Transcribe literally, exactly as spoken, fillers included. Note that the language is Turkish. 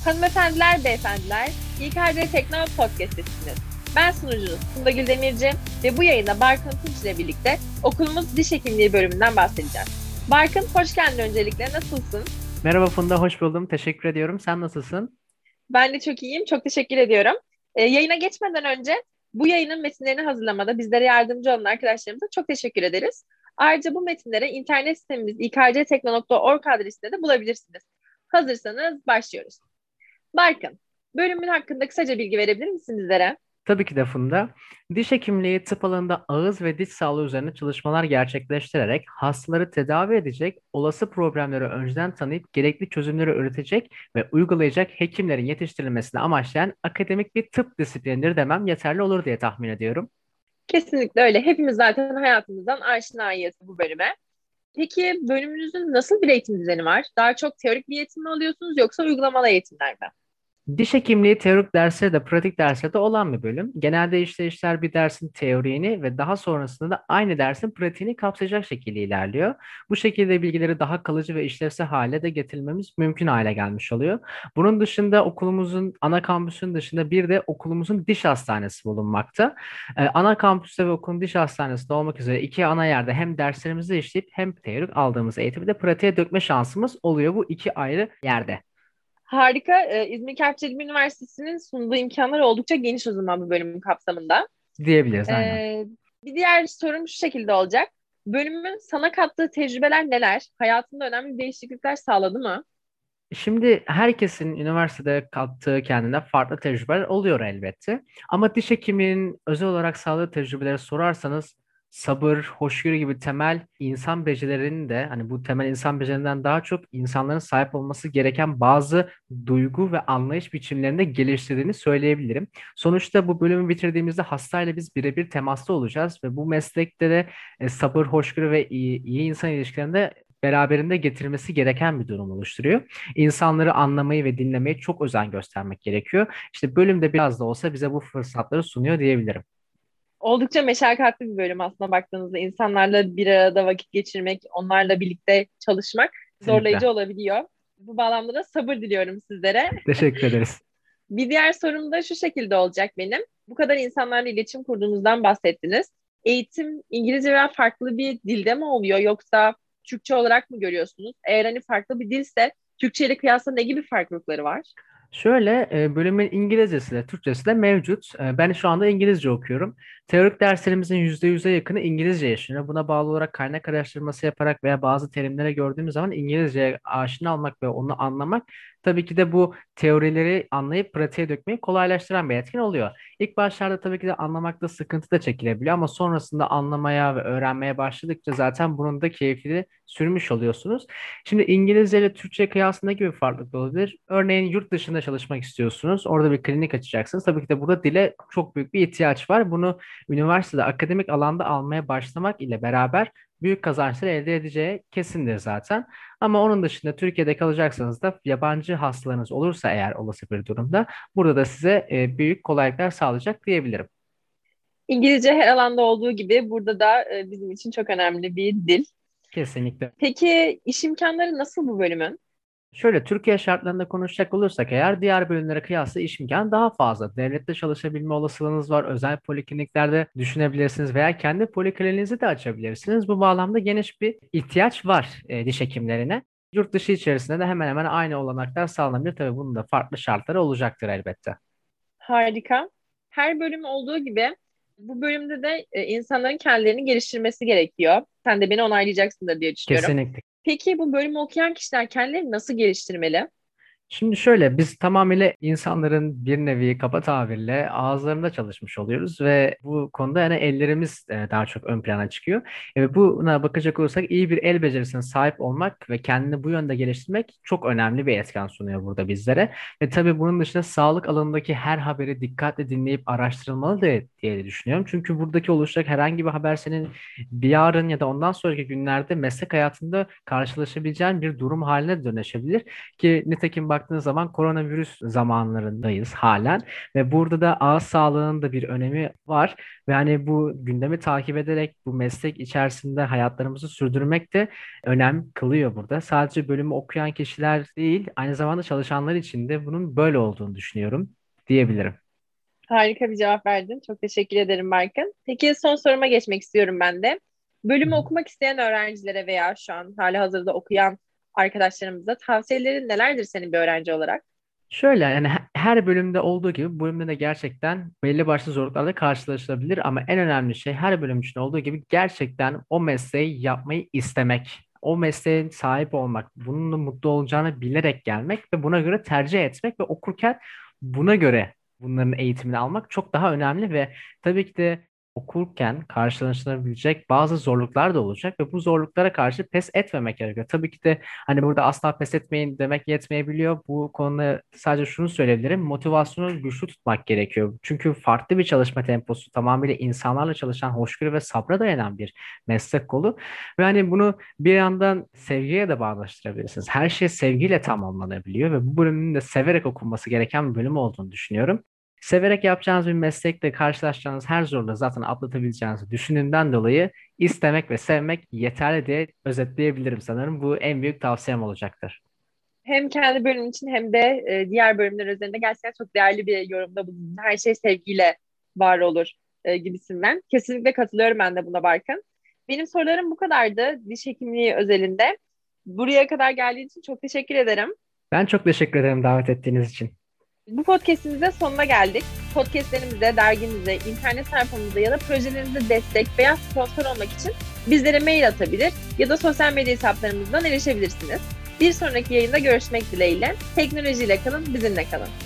Hanımefendiler, beyefendiler, İ K D Tekno Podcast'tesiniz. Ben sunucunuz Funda Güldemirci ve bu yayında Barkın Tunç ile birlikte okulumuz diş hekimliği bölümünden bahsedeceğiz. Barkın, hoş geldin öncelikle. Nasılsın? Merhaba Funda, hoş buldum. Teşekkür ediyorum. Sen nasılsın? Ben de çok iyiyim. Çok teşekkür ediyorum. Ee, yayına geçmeden önce bu yayının metinlerini hazırlamada bizlere yardımcı olan arkadaşlarımıza çok teşekkür ederiz. Ayrıca bu metinleri internet sitemiz i k c tekno nokta org adresinde de bulabilirsiniz. Hazırsanız başlıyoruz. Barkın, bölümün hakkında kısaca bilgi verebilir misin bizlere? Tabii ki de Funda. Diş hekimliği tıp alanında ağız ve diş sağlığı üzerine çalışmalar gerçekleştirerek hastaları tedavi edecek, olası problemleri önceden tanıyıp gerekli çözümleri üretecek ve uygulayacak hekimlerin yetiştirilmesini amaçlayan akademik bir tıp disiplinidir demem yeterli olur diye tahmin ediyorum. Kesinlikle öyle. Hepimiz zaten hayatımızdan aşinayız bu bölüme. Peki bölümünüzün nasıl bir eğitim düzeni var? Daha çok teorik bir eğitim mi alıyorsunuz yoksa uygulamalı eğitimler mi? Diş hekimliği teorik dersleri de pratik dersleri de olan bir bölüm. Genelde işleyişler bir dersin teorini ve daha sonrasında da aynı dersin pratiğini kapsayacak şekilde ilerliyor. Bu şekilde bilgileri daha kalıcı ve işlevsel hale de getirilmemiz mümkün hale gelmiş oluyor. Bunun dışında okulumuzun ana kampüsünün dışında bir de okulumuzun diş hastanesi bulunmakta. Ee, ana kampüste ve okulun diş hastanesinde olmak üzere iki ana yerde hem derslerimizi işleyip hem teorik aldığımız eğitimi de pratiğe dökme şansımız oluyor bu iki ayrı yerde Harika. Ee, İzmir Kerkçeadem Üniversitesi'nin sunduğu imkanlar oldukça geniş o zaman bu bölümün kapsamında. diyebiliriz aynen. Ee, Bir diğer sorum şu şekilde olacak. Bölümün sana kattığı tecrübeler neler? Hayatında önemli değişiklikler sağladı mı? Şimdi herkesin üniversitede kattığı kendine farklı tecrübeler oluyor elbette. Ama diş hekiminin özel olarak sağladığı tecrübeleri sorarsanız sabır, hoşgörü gibi temel insan becerilerinin de hani bu temel insan becerilerinden daha çok insanların sahip olması gereken bazı duygu ve anlayış biçimlerini de geliştirdiğini söyleyebilirim. Sonuçta bu bölümü bitirdiğimizde hastayla biz birebir temasta olacağız ve bu meslekte de e, sabır, hoşgörü ve iyi, iyi insan ilişkilerinde beraberinde getirmesi gereken bir durum oluşturuyor. İnsanları anlamayı ve dinlemeyi çok özen göstermek gerekiyor. İşte bölümde biraz da olsa bize bu fırsatları sunuyor diyebilirim. Oldukça meşakkatli bir bölüm aslında baktığınızda. İnsanlarla bir arada vakit geçirmek, onlarla birlikte çalışmak Kesinlikle. zorlayıcı olabiliyor. Bu bağlamda da sabır diliyorum sizlere. Teşekkür ederiz. Bir diğer sorum da şu şekilde olacak benim. Bu kadar insanlarla iletişim kurduğunuzdan bahsettiniz. Eğitim İngilizce veya farklı bir dilde mi oluyor yoksa Türkçe olarak mı görüyorsunuz? Eğer hani farklı bir dilse Türkçe ile kıyasla ne gibi farklılıkları var? Şöyle e, bölümün İngilizcesi de Türkçesi de mevcut. E, Ben şu anda İngilizce okuyorum. Teorik derslerimizin yüzde yüze yakını İngilizce yaşanıyor. Buna bağlı olarak kaynak araştırması yaparak veya bazı terimlere gördüğümüz zaman İngilizceye aşina olmak ve onu anlamak tabii ki de bu teorileri anlayıp pratiğe dökmeyi kolaylaştıran bir etkin oluyor. İlk başlarda tabii ki de anlamakta sıkıntı da çekilebiliyor ama sonrasında anlamaya ve öğrenmeye başladıkça zaten bunun da keyfini sürmüş oluyorsunuz. Şimdi İngilizce ile Türkçe kıyasında ne gibi farklılık olabilir? Örneğin yurt dışında çalışmak istiyorsunuz. Orada bir klinik açacaksınız. Tabii ki de burada dile çok büyük bir ihtiyaç var. Bunu üniversitede akademik alanda almaya başlamak ile beraber büyük kazançlar elde edeceği kesindir zaten. Ama onun dışında Türkiye'de kalacaksanız da yabancı hastalarınız olursa eğer olası bir durumda burada da size e, büyük kolaylıklar sağlayacak diyebilirim. İngilizce her alanda olduğu gibi burada da e, bizim için çok önemli bir dil. Kesinlikle. Peki iş imkanları nasıl bu bölümün? Şöyle Türkiye şartlarında konuşacak olursak eğer diğer bölümlere kıyasla iş imkanı daha fazla. Devlette çalışabilme olasılığınız var. Özel polikliniklerde düşünebilirsiniz veya kendi polikliniğinizi de açabilirsiniz. Bu bağlamda geniş bir ihtiyaç var e, diş hekimlerine. Yurt dışı içerisinde de hemen hemen aynı olanaklar sağlanabilir. Tabii bunun da farklı şartları olacaktır elbette. Harika. Her bölüm olduğu gibi bu bölümde de e, insanların kendilerini geliştirmesi gerekiyor. Sen de beni onaylayacaksındır diye düşünüyorum. Kesinlikle. Peki bu bölümü okuyan kişiler kendilerini nasıl geliştirmeli? Şimdi şöyle biz tamamıyla insanların bir nevi kaba tabirle ağızlarında çalışmış oluyoruz ve bu konuda yani ellerimiz e, daha çok ön plana çıkıyor. E, buna bakacak olursak iyi bir el becerisine sahip olmak ve kendini bu yönde geliştirmek çok önemli bir etken sunuyor burada bizlere. Ve tabii bunun dışında sağlık alanındaki her haberi dikkatle dinleyip araştırılmalı da diye düşünüyorum. Çünkü buradaki oluşacak herhangi bir haber senin bir yarın ya da ondan sonraki günlerde meslek hayatında karşılaşabileceğin bir durum haline dönüşebilir. Ki nitekim baktığın zaman koronavirüs zamanlarındayız halen ve burada da ağız sağlığının da bir önemi var ve hani bu gündemi takip ederek bu meslek içerisinde hayatlarımızı sürdürmek de önem kılıyor burada. Sadece bölümü okuyan kişiler değil, aynı zamanda çalışanlar için de bunun böyle olduğunu düşünüyorum diyebilirim. Harika bir cevap verdin. Çok teşekkür ederim Barkın. Peki son soruma geçmek istiyorum ben de. Hı Bölümü hı. okumak isteyen öğrencilere veya şu an hali hazırda okuyan arkadaşlarımıza tavsiyelerin nelerdir senin bir öğrenci olarak? Şöyle yani he- her bölümde olduğu gibi bu bölümde de gerçekten belli başlı zorluklarla karşılaşılabilir ama en önemli şey her bölüm için olduğu gibi gerçekten o mesleği yapmayı istemek, o mesleğe sahip olmak, bununla mutlu olacağını bilerek gelmek ve buna göre tercih etmek ve okurken buna göre bunların eğitimini almak çok daha önemli ve tabii ki de okurken karşılaşılabilecek bazı zorluklar da olacak ve bu zorluklara karşı pes etmemek gerekiyor. Tabii ki de hani burada asla pes etmeyin demek yetmeyebiliyor. Bu konuda sadece şunu söyleyebilirim. Motivasyonu güçlü tutmak gerekiyor. Çünkü farklı bir çalışma temposu, tamamıyla insanlarla çalışan, hoşgörü ve sabra dayanan bir meslek kolu. Ve hani bunu bir yandan sevgiye de bağdaştırabilirsiniz. Her şey sevgiyle tamamlanabiliyor ve bu bölümün de severek okunması gereken bir bölüm olduğunu düşünüyorum. Severek yapacağınız bir meslekle karşılaşacağınız her zorluğu zaten atlatabileceğinizi düşündüğümden dolayı istemek ve sevmek yeterli diye özetleyebilirim sanırım. Bu en büyük tavsiyem olacaktır. Hem kendi bölümün için hem de e, diğer bölümler üzerinde gerçekten çok değerli bir yorumda bulundun. Her şey sevgiyle var olur e, gibisinden. Kesinlikle katılıyorum ben de buna Barkın. Benim sorularım bu kadardı diş hekimliği özelinde. Buraya kadar geldiğin için çok teşekkür ederim. Ben çok teşekkür ederim davet ettiğiniz için. Bu podcast'imizde sonuna geldik. Podcast'lerimize, dergimize, internet sayfamıza ya da projelerimize destek veya sponsor olmak için bizlere mail atabilir ya da sosyal medya hesaplarımızdan erişebilirsiniz. Bir sonraki yayında görüşmek dileğiyle. Teknolojiyle kalın, bizimle kalın.